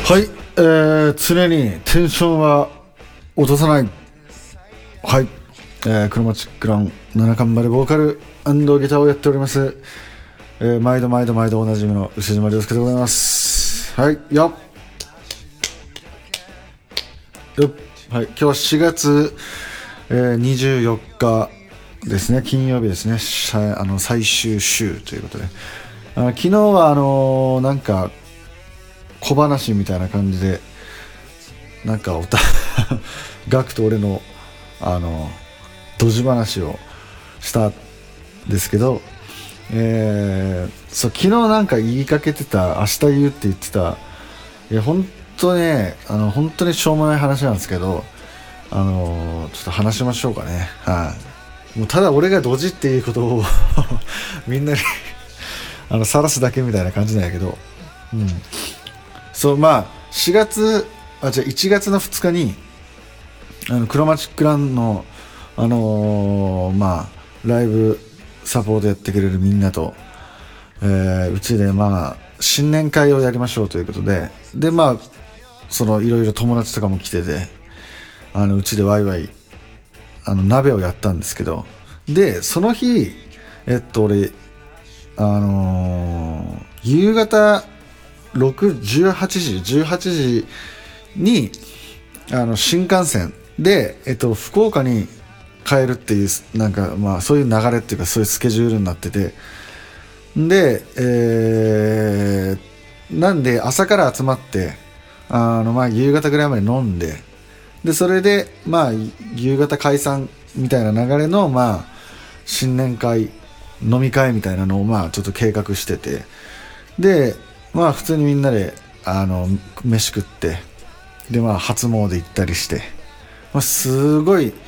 はい、常にテンションは落とさない。はい、クロマチックラン7冠までボーカル&ギターをやっております、毎度おなじみの牛島亮介でございます。はい、よっ、はい、今日は4月、24日ですね、金曜日ですね。最終週ということで、昨日はなんか小話みたいな感じで、なんかガクと俺のドジ話をしたんですけど、そう昨日なんか言いかけてた、明日言うって言ってた、いや本当ね、本当にしょうもない話なんですけど、ちょっと話しましょうかね。はい、もうただ俺がドジっていうことをみんなに晒すだけみたいな感じなんやけど、そうまあ1月の2日にクロマチックランのライブサポートやってくれるみんなと、うちで新年会をやりましょうということで、そのいろいろ友達とかも来てて、うちでワイワイ鍋をやったんですけど、でその日俺夕方18時に新幹線で福岡に帰るっていう、なんかそういう流れっていうか、そういうスケジュールになってて、で、なんで朝から集まって夕方ぐらいまで飲んで、でそれで夕方解散みたいな流れの新年会飲み会みたいなのをちょっと計画してて、で普通にみんなで飯食って、で初詣行ったりして、すごい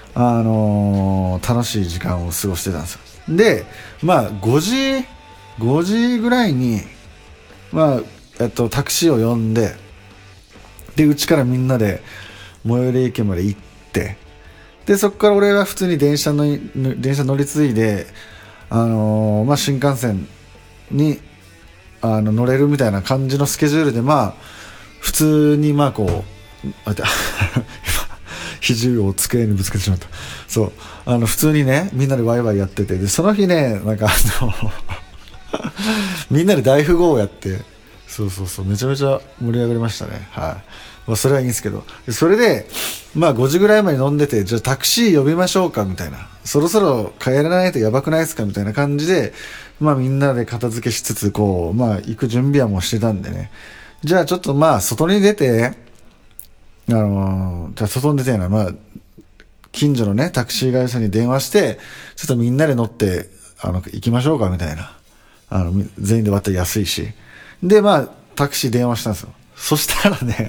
楽しい時間を過ごしてたんですよ。で5時ぐらいにタクシーを呼んで、でうちからみんなで最寄り駅まで行って、でそこから俺は普通に電車乗り継いで新幹線に乗れるみたいな感じのスケジュールで、普通にこう肘を机にぶつけてしまった。そう普通にね、みんなでワイワイやってて、でその日ね、なんかみんなで大富豪をやって、そうめちゃめちゃ盛り上がりましたね。はい、それはいいんですけど、それで5時ぐらいまで飲んでて、じゃあタクシー呼びましょうかみたいな、そろそろ帰らないとやばくないですかみたいな感じで、みんなで片付けしつつこう行く準備はもうしてたんでね、じゃあちょっと外に出て外に出て近所のねタクシー会社に電話して、ちょっとみんなで乗って行きましょうかみたいな、全員で割ったら安いし、でタクシー電話したんですよ。そしたらね、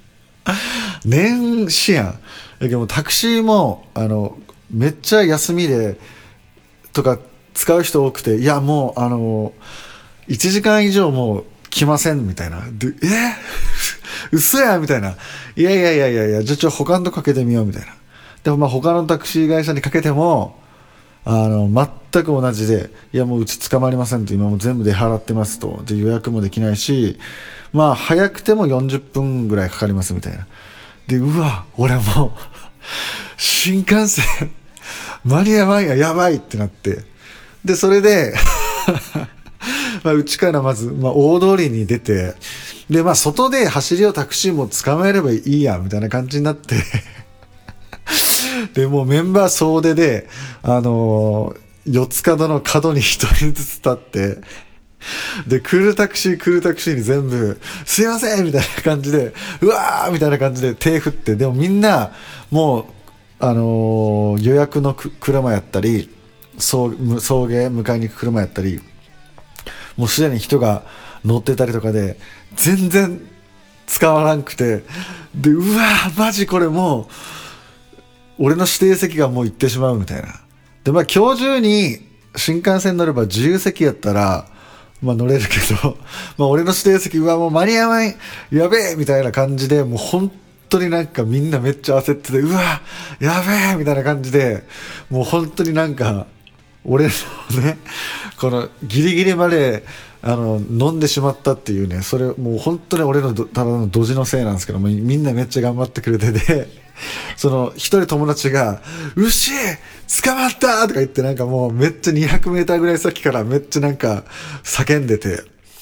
年始やん。だけどタクシーもめっちゃ休みでとか使う人多くて、いやもう1時間以上もう来ませんみたいな。で嘘やみたいな。いやじゃあ他のとかけてみようみたいな。でも他のタクシー会社にかけても全く同じで、いやもううち捕まりませんと、今も全部で払ってますと、で予約もできないし、早くても40分ぐらいかかりますみたいな。でうわ俺もう新幹線間に合わんやばいってなって、でそれでうちからまず、大通りに出て、で外で走りをタクシーも捕まえればいいやみたいな感じになってでもうメンバー総出で四つ角の角に一人ずつ立って、で来るタクシーに全部すいませんみたいな感じで、うわーみたいな感じで手振って、でもみんなもう予約の車やったり送迎迎えに行く車やったり、もうすでに人が乗ってたりとかで全然使わなくて、でうわーマジこれもう俺の指定席がもう行ってしまうみたいな。で今日中に新幹線乗れば自由席やったら乗れるけど、俺の指定席はもう間に合わん、やべえみたいな感じで、もう本当になんかみんなめっちゃ焦ってて、うわやべえみたいな感じで、もう本当になんか俺のね、このギリギリまで飲んでしまったっていうね、それもう本当に俺のただのドジのせいなんですけども、みんなめっちゃ頑張ってくれてて、その一人友達が牛捕まったとか言って、なんかもうめっちゃ200メーターぐらい先からめっちゃなんか叫んでて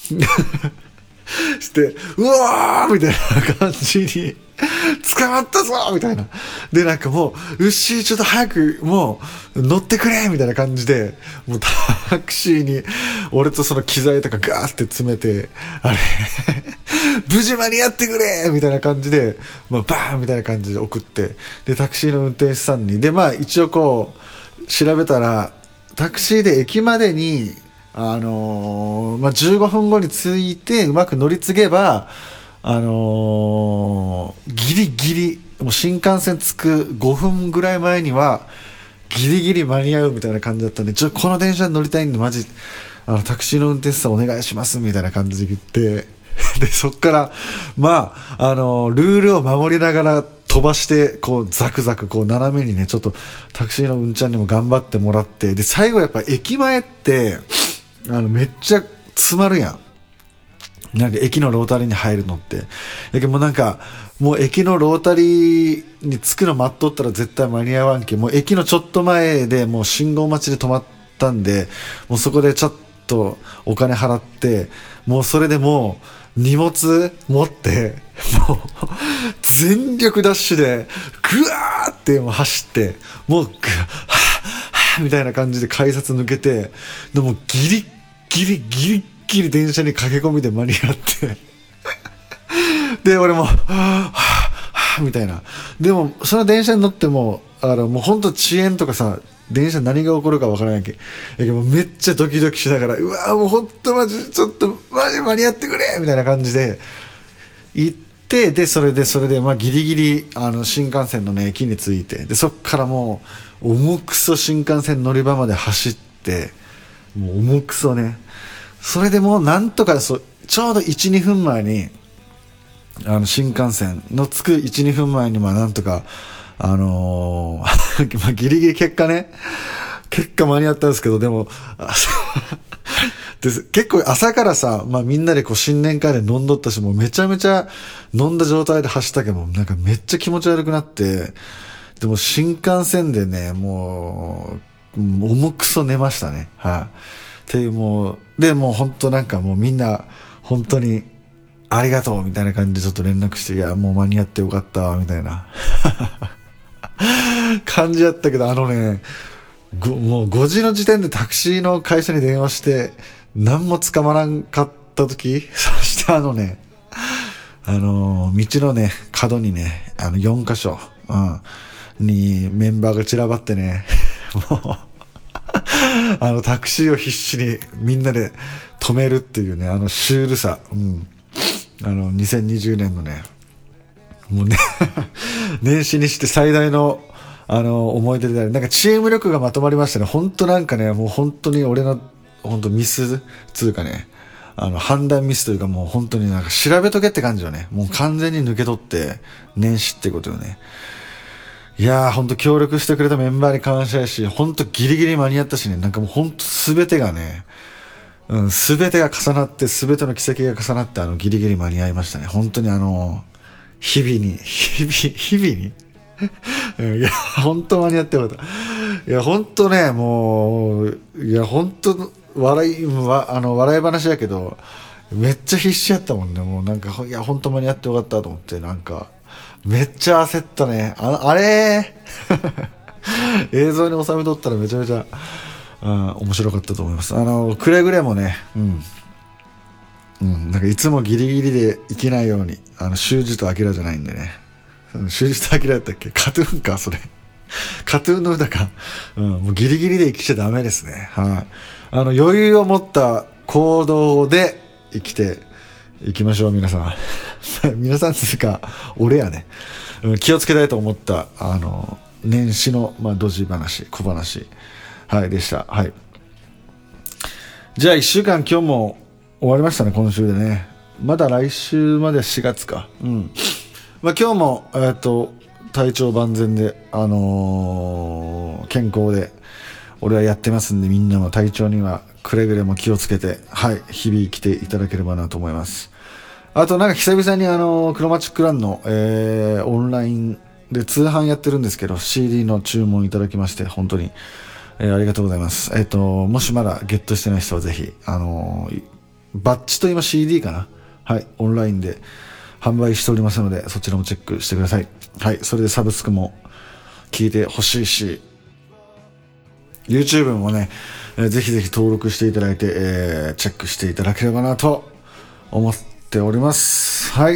してうわーみたいな感じに捕まったぞみたいな。でなんかもう牛ちょっと早くもう乗ってくれみたいな感じで、もうタクシーに俺とその機材とかガーって詰めて、あれ無事間に合ってくれみたいな感じで、まあ、バーンみたいな感じで送って、でタクシーの運転手さんにで、まあ一応こう調べたら、タクシーで駅までにまあ、15分後に着いてうまく乗り継げば、ギリギリもう新幹線着く5分ぐらい前にはギリギリ間に合うみたいな感じだったんで、この電車に乗りたいんでマジタクシーの運転手さんお願いしますみたいな感じで言ってでそっからまあルールを守りながら飛ばしてこうザクザクこう斜めにね、ちょっとタクシーのうんちゃんにも頑張ってもらって、で最後やっぱ駅前ってめっちゃ詰まるやん。なんか駅のロータリーに入るのって。だけどもうなんか、もう駅のロータリーに着くの待っとったら絶対間に合わんけ。もう駅のちょっと前でもう信号待ちで止まったんで、もうそこでちょっとお金払って、もうそれでもう荷物持って、もう全力ダッシュでぐわーってもう走って、もうみたいな感じで改札抜けて、でもギリギリ電車に駆け込みで間に合ってで俺もみたいな。でもその電車に乗ってももうほんと遅延とかさ、電車何が起こるかわからないけどもうめっちゃドキドキしながら、うわもうほんとマジちょっとマジ間に合ってくれみたいな感じで行って、でそれでまあギリギリ新幹線のね駅に着いて、でそっからもう重くそ新幹線乗り場まで走って、もう重くそね、それでもうなんとかちょうど 1,2 分前に新幹線の着く 1,2 分前にまあなんとかまあギリギリ結果間に合ったんですけど、でもで結構朝からさ、まあみんなでこう新年会で飲んどったし、もうめちゃめちゃ飲んだ状態で走ったけど、なんかめっちゃ気持ち悪くなって、でも新幹線でね、もう重くそ寝ましたね。はい、っていうもうでもう本当なんかもうみんな本当にありがとうみたいな感じでちょっと連絡して、いやもう間に合ってよかったみたいな感じだったけど、もう5時の時点でタクシーの会社に電話して何も捕まらんかった時、そして道のね角にね4カ所、にメンバーが散らばってねもうタクシーを必死にみんなで止めるっていうね、シュールさ、2020年のねもうね年始にして最大の思い出である。なんかチーム力がまとまりましたね。本当なんかね、もう本当に俺の本当ミスつうかね、判断ミスというか、もう本当になんか調べとけって感じよね。もう完全に抜け取って年始ってことよね。いやー本当協力してくれたメンバーに感謝やし、本当ギリギリ間に合ったしね、なんかもう本当すべてがね、すべてが重なって、すべての奇跡が重なってギリギリ間に合いましたね。本当に日々にいや本当間に合ってよかった。いや本当ね、もういや本当笑い話やけどめっちゃ必死やったもんね。もうなんかいや本当間に合ってよかったと思って、なんかめっちゃ焦ったね。あれ映像に収めとったらめちゃめちゃ面白かったと思います。くれぐれもね、なんかいつもギリギリで生きないように、修二とアキラじゃないんでね。修二とアキラやったっけ？カトゥーンか、それ。カトゥーンの歌か。もうギリギリで生きちゃダメですね。はい。余裕を持った行動で生きていきましょう、皆さん。皆さんつうか、俺やね。気をつけたいと思った、年始の、ドジ話、小話。はい、でした。はい。じゃあ1週間今日も終わりましたね、今週でね。まだ来週まで4月か。今日も、体調万全で、健康で俺はやってますんで、みんなも体調にはくれぐれも気をつけて、はい、日々生きていただければなと思います。あとなんか久々にクロマチックランの、オンラインで通販やってるんですけど、CD の注文いただきまして、本当に、ありがとうございます。もしまだゲットしてない人はぜひ、バッジと今 CD かな、はい、オンラインで販売しておりますので、そちらもチェックしてください。はい、それでサブスクも聞いてほしいし、YouTube もね、ぜひぜひ登録していただいて、チェックしていただければなと思っております。はい。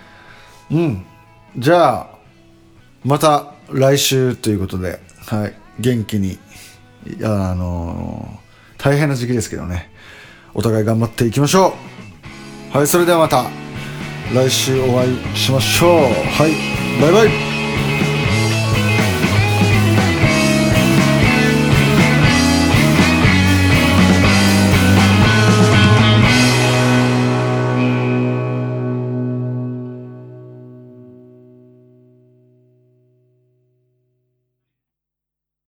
じゃあ、また来週ということで、はい。元気に、大変な時期ですけどね、お互い頑張っていきましょう。はい、それではまた来週お会いしましょう。はい、バイバイ。